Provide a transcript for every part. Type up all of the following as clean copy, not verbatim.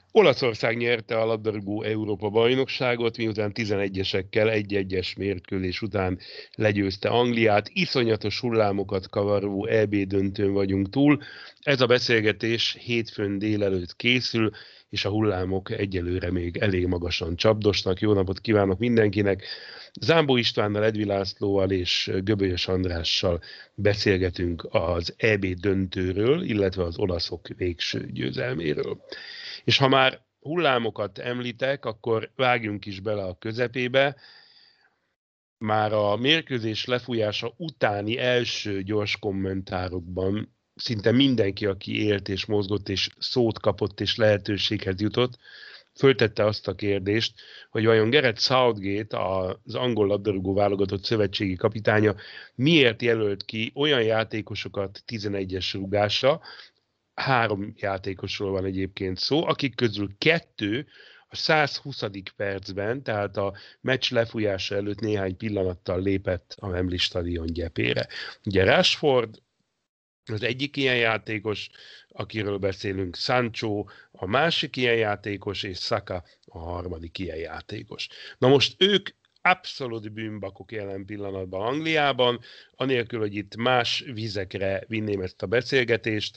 Olaszország nyerte a labdarúgó Európa-bajnokságot, miután 11-esekkel 1-1-es mérkőzés után legyőzte Angliát. Iszonyatos hullámokat kavaró EB döntőn vagyunk túl. Ez a beszélgetés hétfőn délelőtt készül, és a hullámok egyelőre még elég magasan csapdosnak. Jó napot kívánok mindenkinek! Zámbó Istvánnal, Edvi Lászlóval és Göbölyös Andrással beszélgetünk az EB döntőről, illetve az olaszok végső győzelméről. És ha már hullámokat említek, akkor vágjunk is bele a közepébe. Már a mérkőzés lefújása utáni első gyors kommentárokban szinte mindenki, aki élt és mozgott és szót kapott és lehetőséghez jutott, föltette azt a kérdést, hogy vajon Gareth Southgate, az angol labdarúgó válogatott szövetségi kapitánya miért jelölt ki olyan játékosokat 11-es rúgásra, 3 játékosról van egyébként szó, akik közül 2 a 120. percben, tehát a meccs lefújása előtt néhány pillanattal lépett a Wembley stadion gyepére. Ugye Rashford az egyik ilyen játékos, akiről beszélünk, Sancho a másik ilyen játékos, és Saka a harmadik ilyen játékos. Na most ők abszolút bűnbakok jelen pillanatban Angliában, anélkül, hogy itt más vizekre vinném ezt a beszélgetést,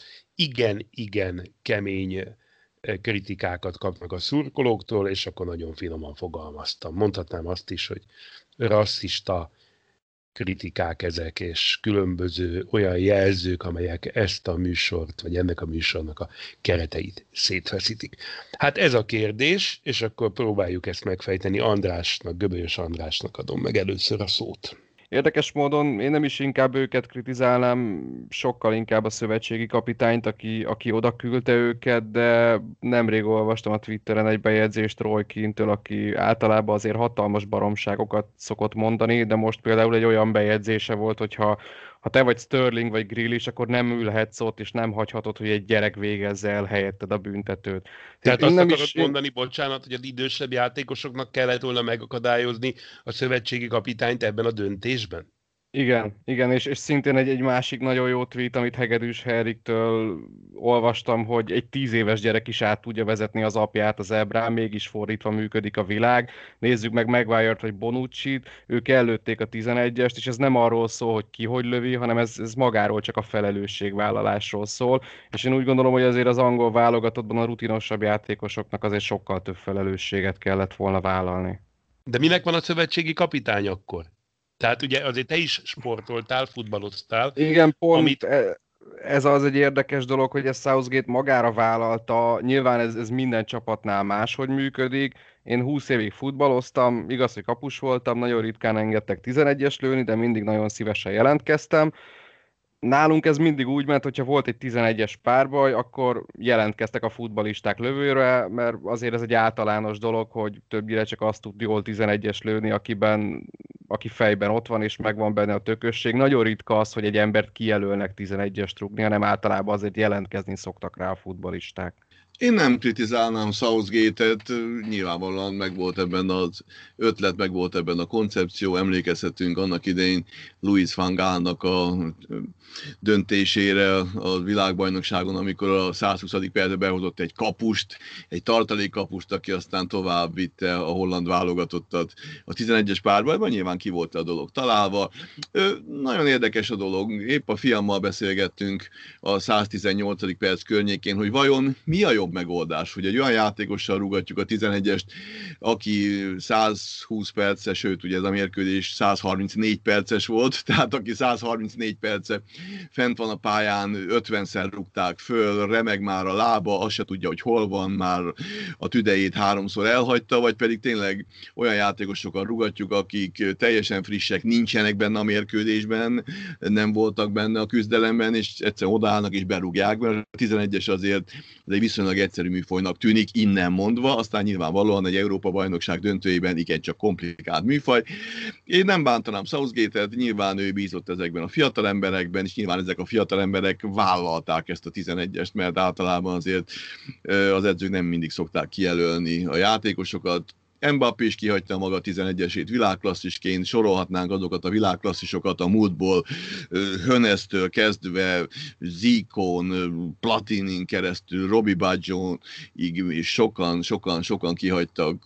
igen kemény kritikákat kapnak a szurkolóktól, és akkor nagyon finoman fogalmaztam. Mondhatnám azt is, hogy rasszista kritikák ezek, és különböző olyan jelzők, amelyek ezt a műsort, vagy ennek a műsornak a kereteit szétfeszítik. Hát ez a kérdés, és akkor próbáljuk ezt megfejteni. Andrásnak, Göbölyös Andrásnak adom meg először a szót. Érdekes módon én nem is inkább őket kritizálnám, sokkal inkább a szövetségi kapitányt, aki oda küldte őket, de nemrég olvastam a Twitteren egy bejegyzést Roy Keane-től, aki általában azért hatalmas baromságokat szokott mondani, de most például egy olyan bejegyzése volt, hogyha te vagy Sterling vagy Grealish, akkor nem ülhetsz ott, és nem hagyhatod, hogy egy gyerek végezze el helyetted a büntetőt. Tehát azt akarod mondani, bocsánat, hogy az idősebb játékosoknak kellett volna megakadályozni a szövetségi kapitányt ebben a döntésben? Igen, és szintén egy másik nagyon jó tweet, amit Hegedűs Henriktől olvastam, hogy egy 10 éves gyerek is át tudja vezetni az apját az ebrán, mégis fordítva működik a világ. Nézzük meg Maguire-t vagy Bonucci-t, ők ellőtték a 11-est, és ez nem arról szól, hogy ki hogy lövi, hanem ez magáról csak a felelősségvállalásról szól. És én úgy gondolom, hogy azért az angol válogatottban a rutinosabb játékosoknak azért sokkal több felelősséget kellett volna vállalni. De minek van a szövetségi kapitány akkor? Tehát ugye azért te is sportoltál, futballoztál. Igen, pont ez az egy érdekes dolog, hogy ezt Southgate magára vállalta. Nyilván ez minden csapatnál máshogy működik. Én 20 évig futballoztam, igaz, hogy kapus voltam, nagyon ritkán engedtek 11-es lőni, de mindig nagyon szívesen jelentkeztem. Nálunk ez mindig úgy ment, hogyha volt egy 11-es párbaj, akkor jelentkeztek a futballisták lövőre, mert azért ez egy általános dolog, hogy többnyire csak azt tud jól 11-es lőni, aki fejben ott van, és megvan benne a tökösség. Nagyon ritka az, hogy egy embert kijelölnek 11-est rúgni, hanem általában azért jelentkezni szoktak rá a futballisták. Én nem kritizálnám Southgate-et, nyilvánvalóan megvolt ebben az ötlet, megvolt ebben a koncepció, emlékezhetünk annak idején Louis van Gaalnak a döntésére a világbajnokságon, amikor a 120. percben behozott egy kapust, egy tartalékkapust, aki aztán tovább vitte a holland válogatottat a 11-es párbajban, nyilván ki volt a dolog találva. Nagyon érdekes a dolog, épp a fiammal beszélgettünk a 118. perc környékén, hogy vajon mi a jobb megoldás, hogy egy olyan játékossal rúgatjuk a 11-est, aki 120 perces, sőt, ugye ez a mérkőzés 134 perces volt, tehát aki 134 perce fent van a pályán, 50-szer rúgták föl, remeg már a lába, azt se tudja, hogy hol van, már a tüdejét 3-szor elhagyta, vagy pedig tényleg olyan játékosokkal rúgatjuk, akik teljesen frissek, nincsenek benne a mérkőzésben, nem voltak benne a küzdelemben, és egyszerűen odaállnak és berúgják, mert a 11-es azért egy viszonylag egyszerű műfajnak tűnik innen mondva, aztán nyilvánvalóan egy Európa-bajnokság döntőjében igencsak komplikált műfaj. Én nem bántanám Southgate-et, nyilván ő bízott ezekben a fiatal emberekben, és nyilván ezek a fiatal emberek vállalták ezt a 11-est, mert általában azért az edzők nem mindig szokták kijelölni a játékosokat. Mbappé is kihagyta maga 11-esét világklasszisként, sorolhatnánk azokat a világklasszisokat a múltból, Hönesztől kezdve, Zikon, Platinin keresztül, Robbie Baggioig, és sokan kihagytak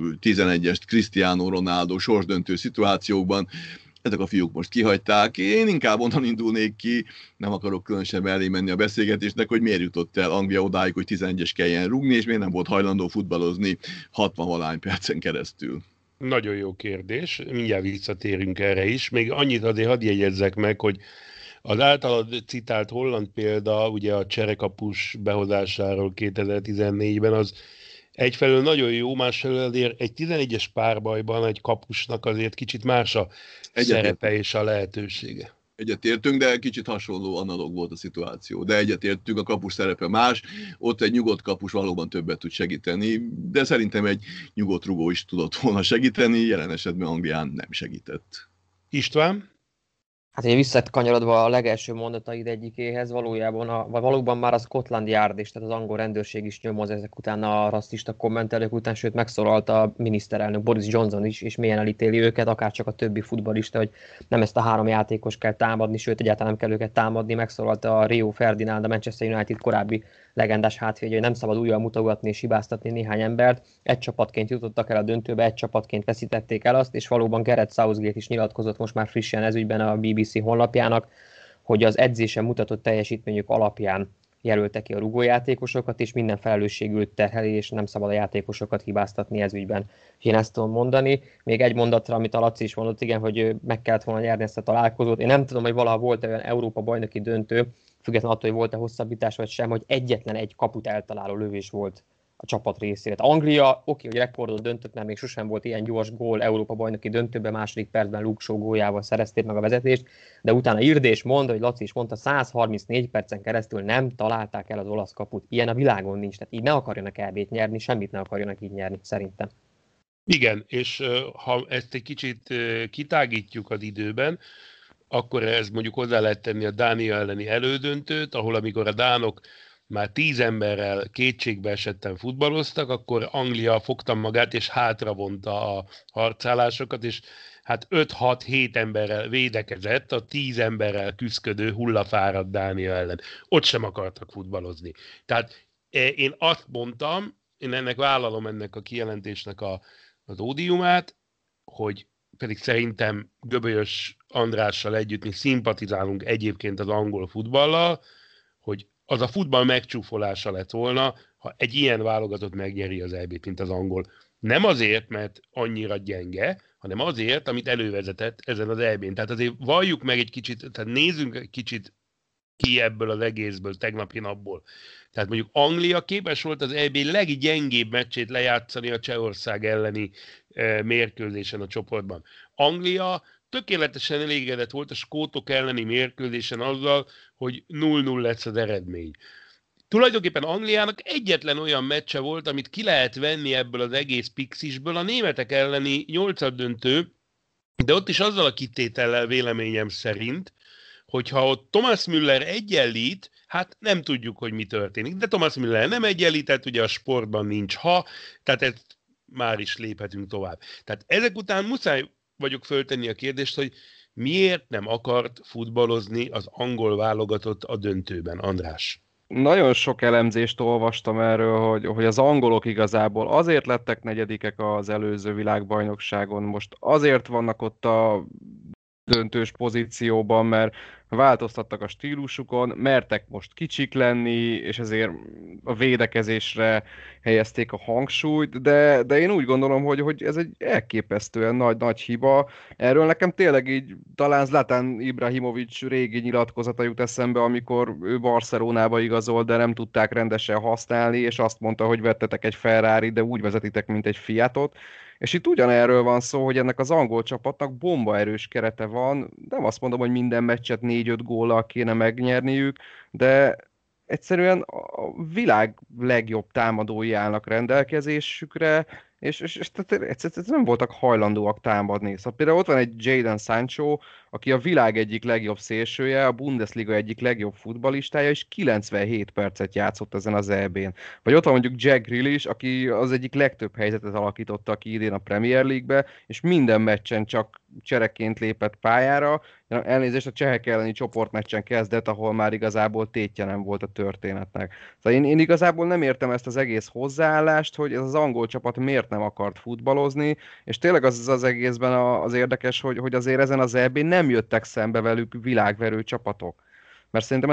11-est Cristiano Ronaldo sorsdöntő szituációkban. Ezek a fiúk most kihagyták. Én inkább onnan indulnék ki, nem akarok különösebb elé menni a beszélgetésnek, hogy miért jutott el Anglia odáig, hogy 11-es kelljen rúgni, és miért nem volt hajlandó futballozni 60-valány percen keresztül. Nagyon jó kérdés, mindjárt visszatérünk erre is. Még annyit azért hadd jegyezzek meg, hogy az általad citált holland példa, ugye a cserekapus behozásáról 2014-ben, az egyfelől nagyon jó, másfelől azért egy 11-es párbajban egy kapusnak azért kicsit más a szerepe és a lehetősége. Egyetértünk, de kicsit hasonló, analóg volt a szituáció. De egyetértünk, a kapus szerepe más, ott egy nyugodt kapus valóban többet tud segíteni, de szerintem egy nyugodt rugó is tudott volna segíteni, jelen esetben Anglián nem segített. István? Hát ugye visszakanyarodva a legelső mondataid egyikéhez, valóban már a Scotland Yard és tehát az angol rendőrség is nyomoz ezek után a rasszista kommentelők után, sőt megszólalta a miniszterelnök Boris Johnson is, és mélyen elítéli őket, akárcsak a többi futballista, hogy nem ezt a 3 játékos kell támadni, sőt egyáltalán nem kell őket támadni, megszólalta a Rio Ferdinand, a Manchester United korábbi legendás hátvédje, hogy nem szabad újra mutogatni és hibáztatni néhány embert. Egy csapatként jutottak el a döntőbe, egy csapatként veszítették el azt, és valóban Gareth Southgate is nyilatkozott most már frissen ezügyben a BBC honlapjának, hogy az edzésen mutatott teljesítményük alapján jelölte ki a rugójátékosokat, és minden felelősségül terheli, és nem szabad a játékosokat hibáztatni ezügyben. Én ezt tudom mondani. Még egy mondatra, amit a Laci is mondott, igen, hogy meg kellett volna nyerni ezt a találkozót. Én nem tudom, hogy valaha volt olyan Európa bajnoki döntő, függetlenül attól, hogy volt-e hosszabbítás vagy sem, hogy egyetlen egy kaput eltaláló lövés volt a csapat részére. Anglia, oké, hogy rekordot döntött, mert még sosem volt ilyen gyors gól Európa bajnoki döntőben, második percben Luke Shaw góljával szerezték meg a vezetést, de utána írd és mond, hogy Laci is mondta, 134 percen keresztül nem találták el az olasz kaput. Ilyen a világon nincs, tehát így ne akarjanak EB-t nyerni, semmit ne akarjanak így nyerni, szerintem. Igen, és ha ezt egy kicsit kitágítjuk az időben, akkor ez mondjuk hozzá lehet tenni a Dánia elleni elődöntőt, ahol amikor a dánok már 10 emberrel kétségbe esetten futballoztak, akkor Anglia fogta magát és hátravonta a harcálásokat, és hát 5-6-7 emberrel védekezett a 10 emberrel küszködő hullafáradt Dánia ellen. Ott sem akartak futballozni. Tehát én azt mondtam, én vállalom ennek a kijelentésnek az ódiumát, hogy pedig szerintem Göbölyös Andrással együtt mi szimpatizálunk egyébként az angol futballal, hogy az a futball megcsúfolása lett volna, ha egy ilyen válogatott megnyeri az EB-t, mint az angol. Nem azért, mert annyira gyenge, hanem azért, amit elővezetett ezen az EB-n. Tehát azért valljuk meg egy kicsit, tehát nézzünk egy kicsit ki ebből az egészből, tegnapi napból. Tehát mondjuk Anglia képes volt az EB leggyengébb meccsét lejátszani a Csehország elleni mérkőzésen a csoportban. Anglia tökéletesen elégedett volt a skótok elleni mérkőzésen azzal, hogy 0-0 lesz az eredmény. Tulajdonképpen Angliának egyetlen olyan meccse volt, amit ki lehet venni ebből az egész pixisből, a németek elleni 8. döntő, de ott is azzal a kitétellel véleményem szerint, hogyha ott Thomas Müller egyenlít, hát nem tudjuk, hogy mi történik. De Thomas Müller nem egyenlített, ugye a sportban nincs tehát ezt már is léphetünk tovább. Tehát ezek után muszáj vagyok föltenni a kérdést, hogy miért nem akart futballozni az angol válogatott a döntőben, András? Nagyon sok elemzést olvastam erről, hogy az angolok igazából azért lettek negyedikek az előző világbajnokságon, most azért vannak ott a döntős pozícióban, mert változtattak a stílusukon, mertek most kicsik lenni, és ezért a védekezésre helyezték a hangsúlyt, de én úgy gondolom, hogy ez egy elképesztően nagy hiba. Erről nekem tényleg így talán Zlatan Ibrahimovic régi nyilatkozata jut eszembe, amikor ő Barcelonába igazol, de nem tudták rendesen használni, és azt mondta, hogy vettetek egy Ferrari, de úgy vezetitek, mint egy Fiatot. És itt ugyanerről van szó, hogy ennek az angol csapatnak bombaerős kerete van. Nem azt mondom, hogy minden meccset 4-5 góllal kéne megnyerniük, de egyszerűen a világ legjobb támadói állnak rendelkezésükre, és tehát egyszerűen nem voltak hajlandóak támadni. Szóval például ott van egy Jadon Sancho, aki a világ egyik legjobb szélsője, a Bundesliga egyik legjobb futballistája, és 97 percet játszott ezen az EB-n. Vagy ott van mondjuk Jack Grealish, aki az egyik legtöbb helyzetet alakította ki idén a Premier League-be, és minden meccsen csak csereként lépett pályára. Elnézést, a csehek elleni csoportmeccsen kezdett, ahol már igazából tétje nem volt a történetnek. Szóval én igazából nem értem ezt az egész hozzáállást, hogy ez az angol csapat miért nem akart futballozni, és tényleg az egészben az érdekes, hogy azért ezen az EB-n nem jöttek szembe velük világverő csapatok. Mert szerintem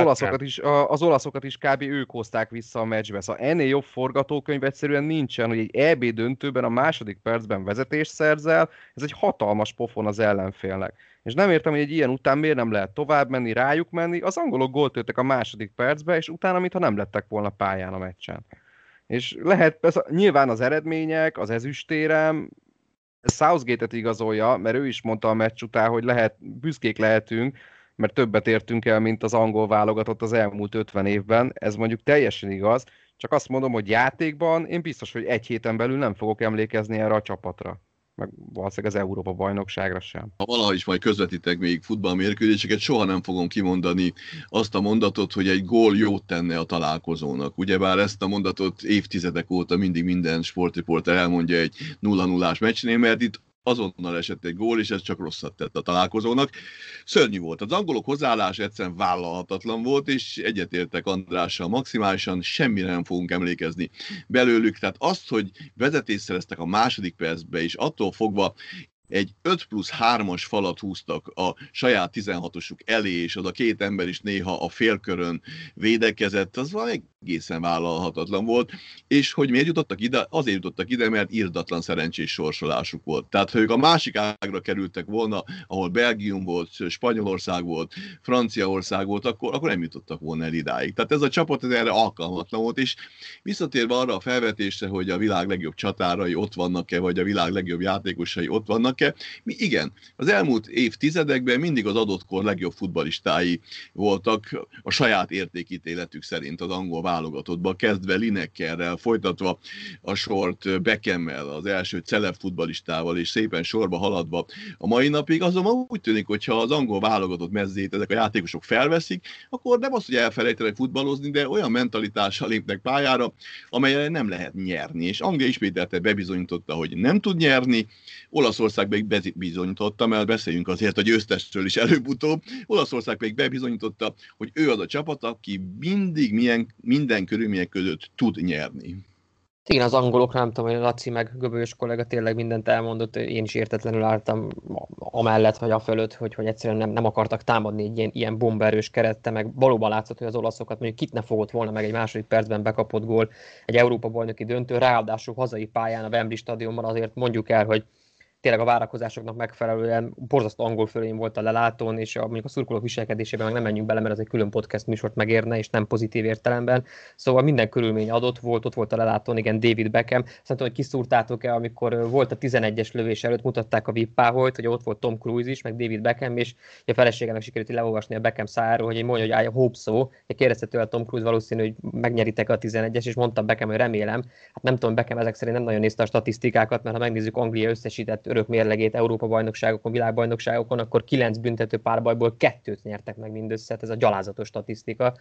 az olaszokat is kb. Ők hozták vissza a meccsbe. Szóval ennél jobb forgatókönyv egyszerűen nincsen, hogy egy EB döntőben a második percben vezetést szerzel, ez egy hatalmas pofon az ellenfélnek. És nem értem, hogy egy ilyen után miért nem lehet tovább menni, rájuk menni. Az angolok gólt lőttek a második percbe, és utána, mintha nem lettek volna pályán a meccsen. És lehet, persze, nyilván az eredmények, az ezüstérem, Southgate-et igazolja, mert ő is mondta a meccs után, hogy büszkék lehetünk, mert többet értünk el, mint az angol válogatott az elmúlt 50 évben. Ez mondjuk teljesen igaz, csak azt mondom, hogy játékban én biztos, hogy egy héten belül nem fogok emlékezni erre a csapatra. Meg valószínűleg az Európa-bajnokságra sem. Ha valaha is majd közvetítek még futballmérkőzéseket, soha nem fogom kimondani azt a mondatot, hogy egy gól jót tenne a találkozónak. Ugyebár ezt a mondatot évtizedek óta mindig minden sportriporter elmondja egy 0-0-ás meccsnél, mert itt azonnal esett egy gól, és ez csak rosszat tett a találkozónak. Szörnyű volt. Az angolok hozzáállása egyszerűen vállalhatatlan volt, és egyetértek Andrással maximálisan, semmire nem fogunk emlékezni belőlük. Tehát azt, hogy vezetést szereztek a második percbe, és attól fogva egy 5+3-as falat húztak a saját 16-osuk elé, és az a két ember is néha a félkörön védekezett, az valami egészen vállalhatatlan volt, és hogy miért jutottak ide? Azért jutottak ide, mert irdatlan szerencsés sorsolásuk volt. Tehát ha ők a másik ágra kerültek volna, ahol Belgium volt, Spanyolország volt, Franciaország volt, akkor nem jutottak volna el idáig. Tehát ez a csapat ez erre alkalmatlan volt, és visszatérve arra a felvetésre, hogy a világ legjobb csatárai ott vannak-e, vagy a világ legjobb játékosai ott vannak-e, igen, az elmúlt évtizedekben mindig az adott kor legjobb futballistái voltak a saját értékítéletük szerint az angol válogatottban, kezdve Linekerrel, folytatva a sort Beckhemmel, az első celeb futballistával, és szépen sorba haladva a mai napig. Azonban úgy tűnik, hogy ha az angol válogatott mezzét ezek a játékosok felveszik, akkor nem az, hogy elfelejtenek futballozni, de olyan mentalitással lépnek pályára, amelyen nem lehet nyerni. És Anglia ismételte bebizonyította, hogy nem tud nyerni, Olaszország még bebizonyította, mert beszéljünk azért a győztesről is előbb-utóbb. Olaszország még bebizonyította, hogy ő az a csapat, aki mindig minden körülmények között tud nyerni. Igen, az angolokra nem tudom, hogy Laci meg Göbölyös kollega tényleg mindent elmondott, én is értetlenül álltam amellett, vagy afölött, hogy egyszerűen nem akartak támadni egy ilyen bombaerős kerettel, meg valóban látszott, hogy az olaszokat mondjuk kit ne fogott volna meg egy második percben bekapott gól, egy Európa-bajnoki döntő, ráadásul hazai pályán, a Wembley stadionban, azért mondjuk el, hogy tényleg a várakozásoknak megfelelően borzasztó angol fölén volt a lelátón, és mondjuk a szurkolók viselkedésében meg nem menjünk bele, mert ez egy külön podcast műsort megérne, és nem pozitív értelemben. Szóval minden körülmény adott volt, ott volt a lelátón, igen, David Beckham. Szerintem, hogy kiszúrtátok-e, amikor volt a 11-es lövés előtt, mutatták a vippáholt, hogy ott volt Tom Cruise is, meg David Beckham, és a feleségenek sikerült leolvasni a Beckham szájáról, hogy mondja, hogy I hope so. Kérdezte tőle Tom Cruise valószínű, hogy megnyeritek a 11-es, és mondta Beckham, hogy remélem. Hát nem tudom, Beckham ezek szerint nem nagyon nézte a statisztikákat, mert ha megnézzük Anglia összesített örök mérlegét Európa-bajnokságokon, világbajnokságokon, akkor 9 büntető párbajból 2-t nyertek meg mindössze, ez a gyalázatos statisztika,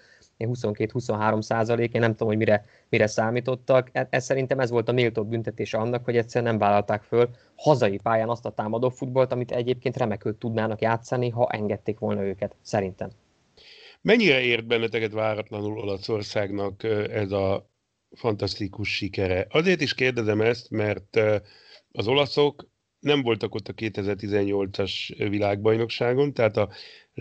22-23%, én nem tudom, hogy mire számítottak. Szerintem ez volt a méltóbb büntetése annak, hogy egyszerűen nem vállalták föl hazai pályán azt a támadó futballt, amit egyébként remekül tudnának játszani, ha engedték volna őket, szerintem. Mennyire ért benneteket váratlanul Olaszországnak ez a fantasztikus sikere? Azért is kérdezem ezt, mert az olaszok nem voltak ott a 2018-as világbajnokságon, tehát a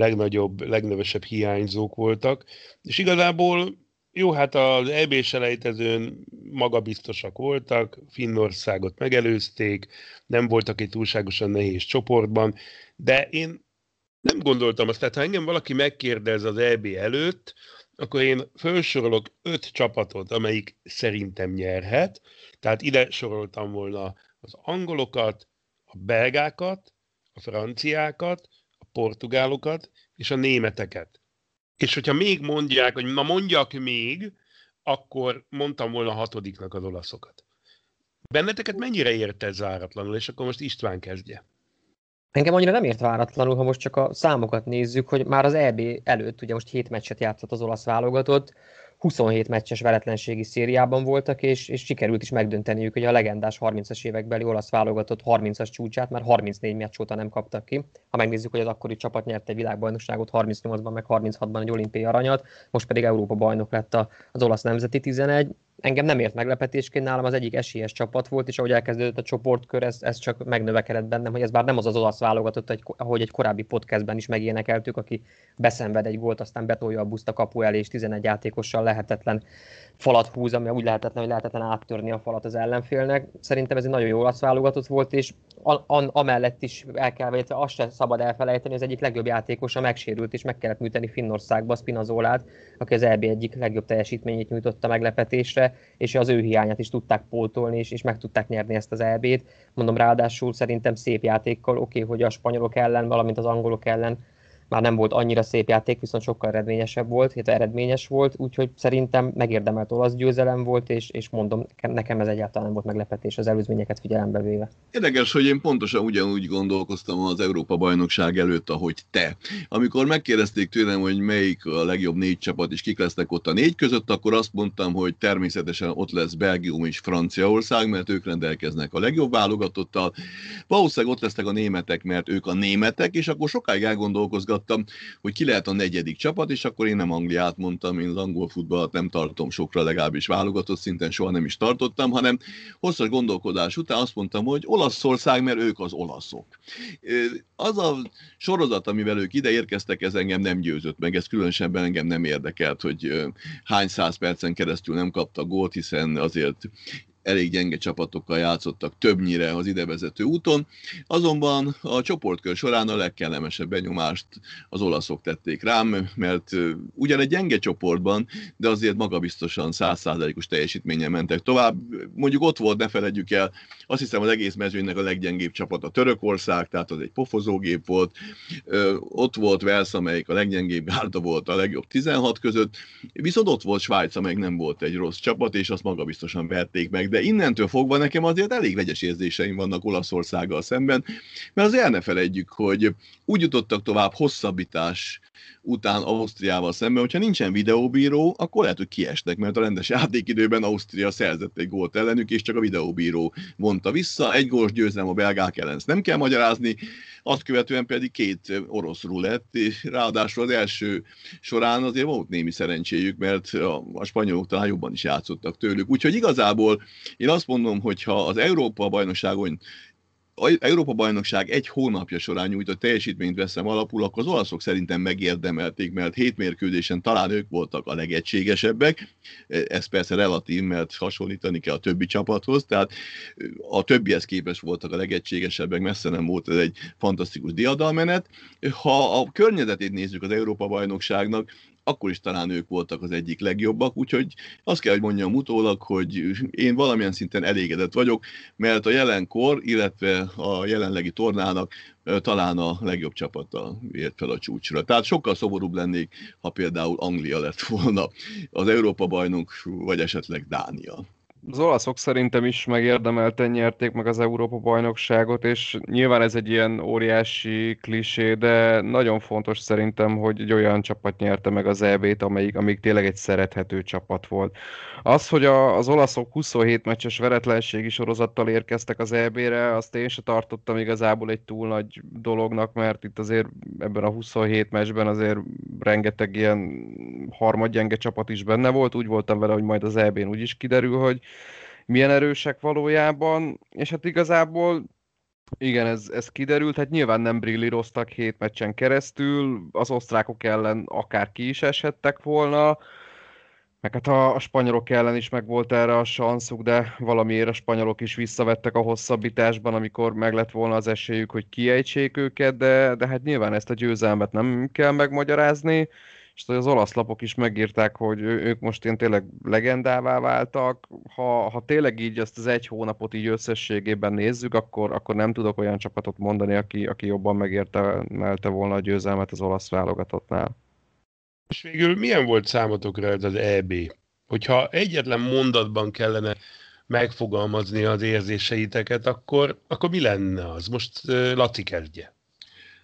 legnevesebb hiányzók voltak, és igazából jó, hát az EB-selejtezőn magabiztosak voltak, Finnországot megelőzték, nem voltak egy túlságosan nehéz csoportban, de én nem gondoltam azt, tehát ha engem valaki megkérdez az EB előtt, akkor én felsorolok 5 csapatot, amelyik szerintem nyerhet, tehát ide soroltam volna az angolokat, a belgákat, a franciákat, a portugálokat és a németeket. És hogyha még mondják, hogy na mondjak még, akkor mondtam volna a 6-nak az olaszokat. Benneteket mennyire ért ez váratlanul, és akkor most István kezdje. Engem annyira nem ért váratlanul, ha most csak a számokat nézzük, hogy már az EB előtt, ugye most 7 meccset játszott az olasz válogatott, 27 meccses veretlenségi szériában voltak, és sikerült is megdönteniük, hogy a legendás 30-as évekbeli olasz válogatott 30-as csúcsát már 34 meccs óta nem kaptak ki. Ha megnézzük, hogy az akkori csapat nyerte egy világbajnokságot 38-ban, meg 36-ban egy olimpiai aranyat, most pedig Európa bajnok lett az olasz nemzeti 11. Engem nem ért meglepetésként, nálam az egyik esélyes csapat volt, és ahogy elkezdődött a csoportkör, ez csak megnövekedett bennem, hogy ez bár nem az olasz válogatott, ahogy egy korábbi podcastben is megénekeltük, aki beszenved egy gólt, aztán betolja a buszt a kapu elé, és 11 játékossal lehetetlen falat húz, ami úgy lehetetlen, hogy lehetetlen áttörni a falat az ellenfélnek. Szerintem ez egy nagyon jó olasz válogatott volt, és amellett is el kell, vagy azt sem szabad elfelejteni, az egyik legjobb játékosa megsérült, és meg kellett műteni Finnországba Spinazzolát, aki az EB egyik legjobb teljesítményét nyújtotta meglepetésre, és az ő hiányát is tudták pótolni, és meg tudták nyerni ezt az EB-t. Mondom, ráadásul szerintem szép játékkal, oké, hogy a spanyolok ellen, valamint az angolok ellen már nem volt annyira szép játék, viszont sokkal eredményesebb volt, illetve eredményes volt, úgyhogy szerintem megérdemelt olasz győzelem volt, és mondom, nekem ez egyáltalán nem volt meglepetés az előzményeket figyelembe véve. Érdekes, hogy én pontosan ugyanúgy gondolkoztam az Európa-bajnokság előtt, ahogy te. Amikor megkérdezték tőlem, hogy melyik a legjobb 4 csapat, és kik lesznek ott a 4 között, akkor azt mondtam, hogy természetesen ott lesz Belgium és Franciaország, mert ők rendelkeznek a legjobb válogatottal. Valószínűleg ott lesznek a németek, mert ők a németek, és akkor sokáig elgondolkozgattam, hogy ki lehet a 4. csapat, és akkor én nem Angliát mondtam, én az angol futballat nem tartom sokra, legalábbis válogatott szinten soha nem is tartottam, hanem hosszas gondolkodás után azt mondtam, hogy Olaszország, mert ők az olaszok. Az a sorozat, amivel ők ide érkeztek, ez engem nem győzött meg, ez különösebben engem nem érdekelt, hogy hány 100 percen keresztül nem kaptak gólt, hiszen azért elég gyenge csapatokkal játszottak többnyire az idevezető úton, azonban a csoportkör során a legkellemesebb benyomást az olaszok tették rám, mert ugyan egy gyenge csoportban, de azért magabiztosan 100%-os teljesítménnyel mentek tovább. Mondjuk ott volt, ne feledjük el, azt hiszem az egész mezőnynek a leggyengébb csapat a Törökország, tehát az egy pofozógép volt. Ott volt Wales, amelyik a leggyengébb gárda volt a legjobb 16 között, viszont ott volt Svájc, amelyik nem volt egy rossz csapat, és azt magabiztosan verték meg, de innentől fogva nekem azért elég vegyes érzéseim vannak Olaszországgal szemben, mert azért el ne felejtjük, hogy úgy jutottak tovább hosszabbítás után Ausztriával szemben, hogyha nincsen videóbíró, akkor lehet, hogy kiesnek, mert a rendes játékidőben Ausztria szerzett egy gólt ellenük, és csak a videóbíró vonta vissza. Egy gólos győzelem a belgák ellen, ezt nem kell magyarázni, azt követően pedig 2 orosz rulett, és ráadásul az első során azért volt némi szerencséjük, mert a spanyolok talán jobban is játszottak tőlük. Úgyhogy igazából én azt mondom, hogy ha az Európa-bajnokság 1 hónapja során nyújtott teljesítményt veszem alapul, akkor az olaszok szerintem megérdemelték, mert 7 mérkőzésen talán ők voltak a legegységesebbek. Ez persze relatív, mert hasonlítani kell a többi csapathoz, tehát a többihez képest voltak a legegységesebbek, messze nem volt ez egy fantasztikus diadalmenet. Ha a környezetét nézzük az Európa-bajnokságnak, akkor is talán ők voltak az egyik legjobbak, úgyhogy azt kell, hogy mondjam utólag, hogy én valamilyen szinten elégedett vagyok, mert a jelenkor, illetve a jelenlegi tornának talán a legjobb csapata ért fel a csúcsra. Tehát sokkal szomorúbb lennék, ha például Anglia lett volna az Európa-bajnok, vagy esetleg Dánia. Az olaszok szerintem is megérdemelten nyerték meg az Európa-bajnokságot, és nyilván ez egy ilyen óriási klisé, de nagyon fontos szerintem, hogy egy olyan csapat nyerte meg az EB-t, amíg tényleg egy szerethető csapat volt. Az, hogy az olaszok 27 meccses veretlenségi sorozattal érkeztek az EB-re, azt én se tartottam igazából egy túl nagy dolognak, mert itt azért ebben a 27 meccsben azért rengeteg ilyen harmadgyenge csapat is benne volt. Úgy voltam vele, hogy majd az EB-n úgy is kiderül, hogy milyen erősek valójában, és hát igazából igen, ez kiderült, hát nyilván nem brillíroztak 7 meccsen keresztül, az osztrákok ellen akár ki is eshettek volna, meg hát a spanyolok ellen is meg volt erre a sanszuk, de valamiért a spanyolok is visszavettek a hosszabbításban, amikor meg lett volna az esélyük, hogy kiejtsék őket, de hát nyilván ezt a győzelmet nem kell megmagyarázni, és az olasz lapok is megírták, hogy ők most ilyen tényleg legendává váltak. Ha tényleg így azt az 1 hónapot így összességében nézzük, akkor nem tudok olyan csapatot mondani, aki jobban megérdemelte volna a győzelmet az olasz válogatottnál. És végül milyen volt számotokra ez az EB? Hogyha egyetlen mondatban kellene megfogalmazni az érzéseiteket, akkor mi lenne az? Most Laci kezdje.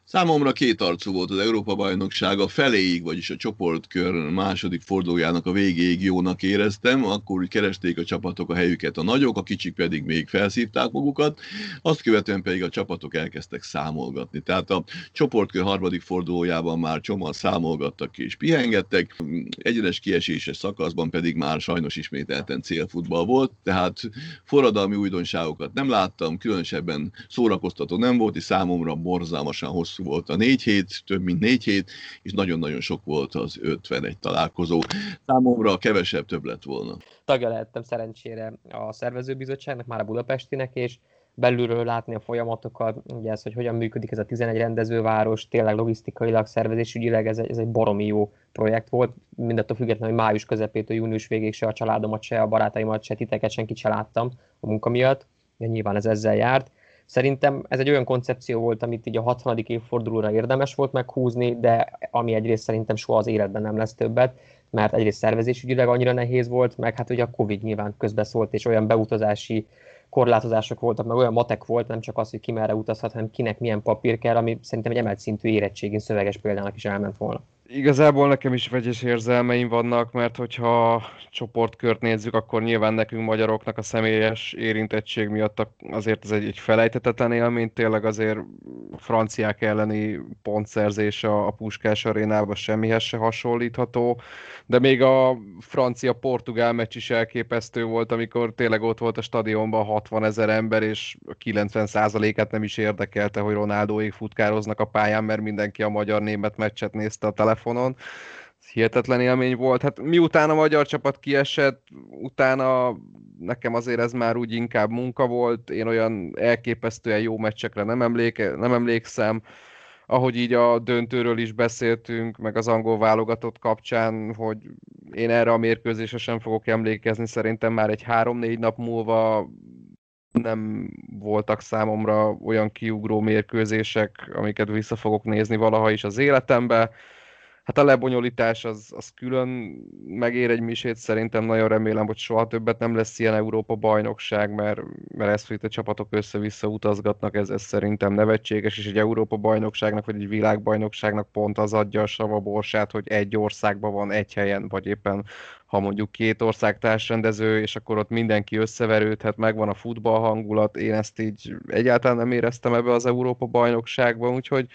Számomra kétarcú volt az Európa-bajnokság, a feléig, vagyis a csoportkör második fordulójának a végéig jónak éreztem, akkor úgy keresték a csapatok a helyüket, a nagyok, a kicsik pedig még felszívták magukat, azt követően pedig a csapatok elkezdtek számolgatni. Tehát a csoportkör harmadik fordulójában már csomóan számolgattak ki és pihengettek, egyenes kieséses szakaszban pedig már sajnos ismételten célfutball volt, tehát forradalmi újdonságokat nem láttam, különösebben szórakoztató nem volt, és számomra borzalmasan hosszú volt a 4 hét, több mint 4 hét, és nagyon-nagyon sok volt az 51 találkozó. Számomra kevesebb több lett volna. Tagja lehettem szerencsére a szervezőbizottságnak, már a budapestinek, és belülről látni a folyamatokat, ugye ez, hogy hogyan működik ez a 11 rendezőváros, tényleg logisztikailag, szervezésügyileg ez egy baromi jó projekt volt, mindattól függetlenül, hogy május közepétől június végéig se a családomat, se a barátaimat, se titeket, senkit se láttam a munka miatt, ugye nyilván ez ezzel járt. Szerintem ez egy olyan koncepció volt, amit így a 60. évfordulóra érdemes volt meghúzni, de ami egyrészt szerintem soha az életben nem lesz többet, mert egyrészt szervezésügyileg annyira nehéz volt, meg hát ugye a Covid nyilván közbeszólt, és olyan beutazási korlátozások voltak, meg olyan matek volt, nem csak az, hogy ki merre utazhat, hanem kinek milyen papír kell, ami szerintem egy emelt szintű érettségén szöveges példának is elment volna. Igazából nekem is vegyes érzelmeim vannak, mert hogyha csoportkört nézzük, akkor nyilván nekünk magyaroknak a személyes érintettség miatt azért ez egy felejthetetlen élmény, tényleg azért franciák elleni pontszerzés a Puskás arénában semmihez se hasonlítható, de még a francia-portugál meccs is elképesztő volt, amikor tényleg ott volt a stadionban 60 000 ember, és 90%-át nem is érdekelte, hogy Ronaldóék futkároznak a pályán, mert mindenki a magyar-német meccset nézte a telefonon. Ez hihetetlen élmény volt. Hát miután a magyar csapat kiesett, utána nekem azért ez már úgy inkább munka volt. Én olyan elképesztően jó meccsekre nem emlékszem. Ahogy így a döntőről is beszéltünk, meg az angol válogatott kapcsán, hogy én erre a mérkőzésre sem fogok emlékezni. Szerintem már egy 3-4 nap múlva nem voltak számomra olyan kiugró mérkőzések, amiket vissza fogok nézni valaha is az életembe. Hát a lebonyolítás az külön megér egy misét, szerintem nagyon remélem, hogy soha többet nem lesz ilyen Európa-bajnokság, mert ezt, hogy itt a csapatok össze-vissza utazgatnak, ez szerintem nevetséges, és egy Európa-bajnokságnak, vagy egy világbajnokságnak pont az adja a savaborsát, hogy egy országban van egy helyen, vagy éppen ha mondjuk 2 ország társrendező, és akkor ott mindenki összeverődhet, megvan a futball hangulat, én ezt így egyáltalán nem éreztem ebbe az Európa-bajnokságban, úgyhogy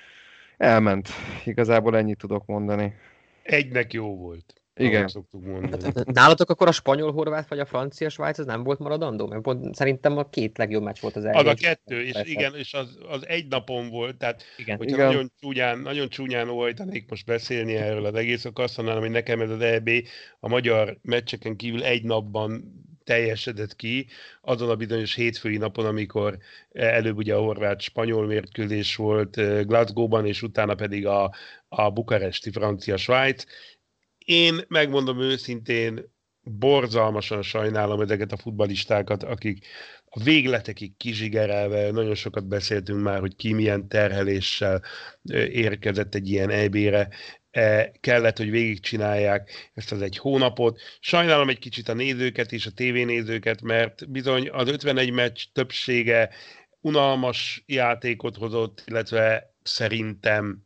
elment. Igazából ennyit tudok mondani. Egynek jó volt. Igen. Szoktuk mondani. Nálatok akkor a spanyol-horvát vagy a francia-svájc az nem volt maradandó? Mert pont szerintem a 2 legjobb meccs volt az Az a 2, és igen, és az egy napon volt, tehát igen. hogyha nagyon csúnyán óhajtanék most beszélni erről az egész, akkor azt mondanám, hogy nekem ez az EB a magyar meccseken kívül egy napban teljesedett ki, azon a bizonyos hétfői napon, amikor előbb ugye a horvát-spanyol mérkőzés volt Glasgow-ban, és utána pedig a bukaresti francia-svájc. Én megmondom őszintén, borzalmasan sajnálom ezeket a futballistákat, akik a végletekig kizsigerelve, nagyon sokat beszéltünk már, hogy ki milyen terheléssel érkezett egy ilyen EB-re, kellett, hogy végigcsinálják ezt az egy hónapot. Sajnálom egy kicsit a nézőket és a tévénézőket, mert bizony az 51 meccs többsége unalmas játékot hozott, illetve szerintem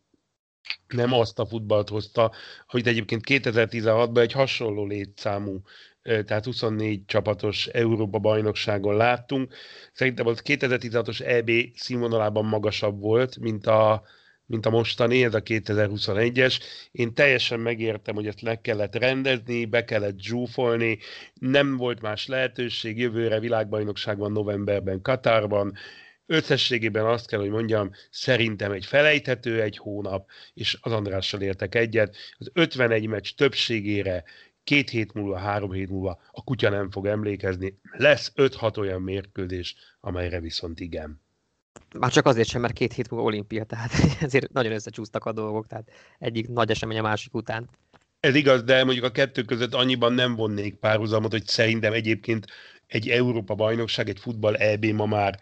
nem azt a futballt hozta, amit egyébként 2016-ban egy hasonló létszámú, tehát 24 csapatos Európa-bajnokságon láttunk. Szerintem az 2016-os EB színvonalában magasabb volt, mint a mostani, ez a 2021-es. Én teljesen megértem, hogy ezt le kellett rendezni, be kellett zsúfolni, nem volt más lehetőség, jövőre világbajnokság van novemberben Katarban. Összességében azt kell, hogy mondjam, szerintem egy felejthető egy hónap, és az Andrással értek egyet, az 51 meccs többségére 2 hét múlva, 3 hét múlva a kutya nem fog emlékezni. Lesz 5-6 olyan mérkőzés, amelyre viszont igen. Már csak azért sem, mert 2 hét múlva olimpia, tehát ezért nagyon összecsúsztak a dolgok, tehát egyik nagy esemény a másik után. Ez igaz, de mondjuk a kettő között annyiban nem vonnék párhuzamot, hogy szerintem egyébként egy Európa-bajnokság, egy futball EB ma már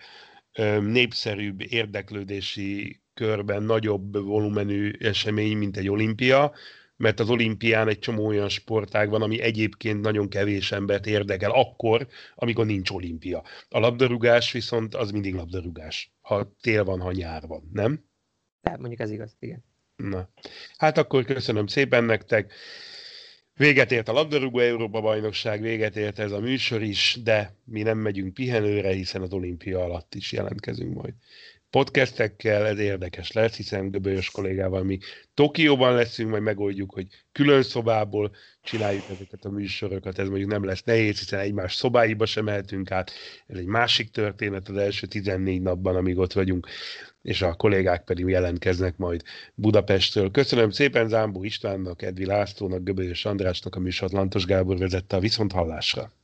népszerűbb érdeklődési körben nagyobb volumenű esemény, mint egy olimpia, mert az olimpián egy csomó olyan sportág van, ami egyébként nagyon kevés embert érdekel akkor, amikor nincs olimpia. A labdarúgás viszont az mindig labdarúgás, ha tél van, ha nyár van, nem? Tehát mondjuk ez igaz, igen. Na, hát akkor köszönöm szépen nektek. Véget ért a labdarúgó Európa-bajnokság, véget ért ez a műsor is, de mi nem megyünk pihenőre, hiszen az olimpia alatt is jelentkezünk majd podcastekkel, ez érdekes lesz, hiszen Göbölyös kollégával mi Tokióban leszünk, majd megoldjuk, hogy külön szobából csináljuk ezeket a műsorokat, ez mondjuk nem lesz nehéz, hiszen egymás szobáiba sem mehetünk át, ez egy másik történet az első 14 napban, amíg ott vagyunk, és a kollégák pedig jelentkeznek majd Budapestről. Köszönöm szépen Zámbó Istvánnak, Edvi Lászlónak, Göbölyös Andrásnak, a műsort Lantos Gábor vezette, a viszonthallásra.